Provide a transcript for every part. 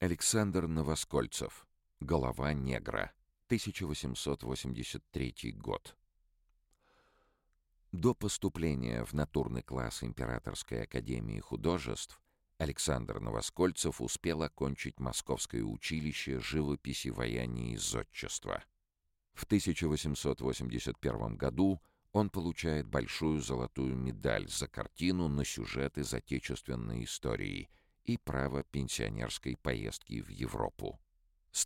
Александр Новоскольцев. «Голова негра». 1883 год. До поступления в натурный класс Императорской академии художеств Александр Новоскольцев успел окончить Московское училище живописи, ваяния и зодчества. В 1881 году он получает большую золотую медаль за картину на сюжет из отечественной истории и право пенсионерской поездки в Европу. С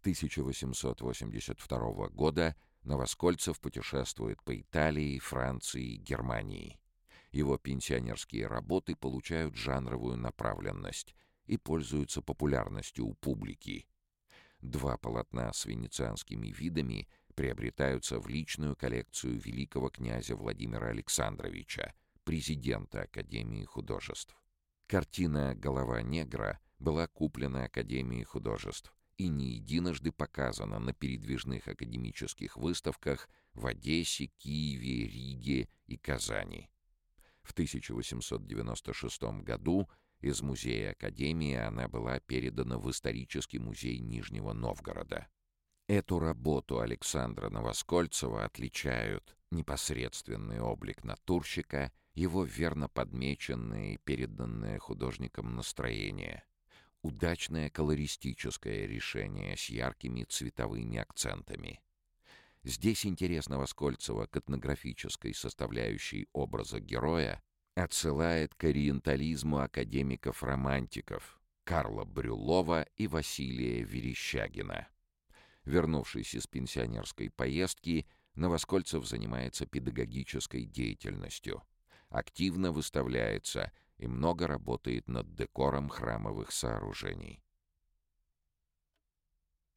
1882 года Новоскольцев путешествует по Италии, Франции и Германии. Его пенсионерские работы получают жанровую направленность и пользуются популярностью у публики. Два полотна с венецианскими видами приобретаются в личную коллекцию великого князя Владимира Александровича, президента Академии художеств. Картина «Голова негра» была куплена Академией художеств и не единожды показана на передвижных академических выставках в Одессе, Киеве, Риге и Казани. В 1896 году из музея Академии она была передана в исторический музей Нижнего Новгорода. Эту работу Александра Новоскольцева отличают непосредственный облик натурщика, его верно подмеченное и переданное художником настроение, удачное колористическое решение с яркими цветовыми акцентами. Здесь интерес Новоскольцева к этнографической составляющей образа героя отсылает к ориентализму академиков-романтиков Карла Брюллова и Василия Верещагина. Вернувшись из пенсионерской поездки, Новоскольцев занимается педагогической деятельностью. Активно выставляется и много работает над декором храмовых сооружений.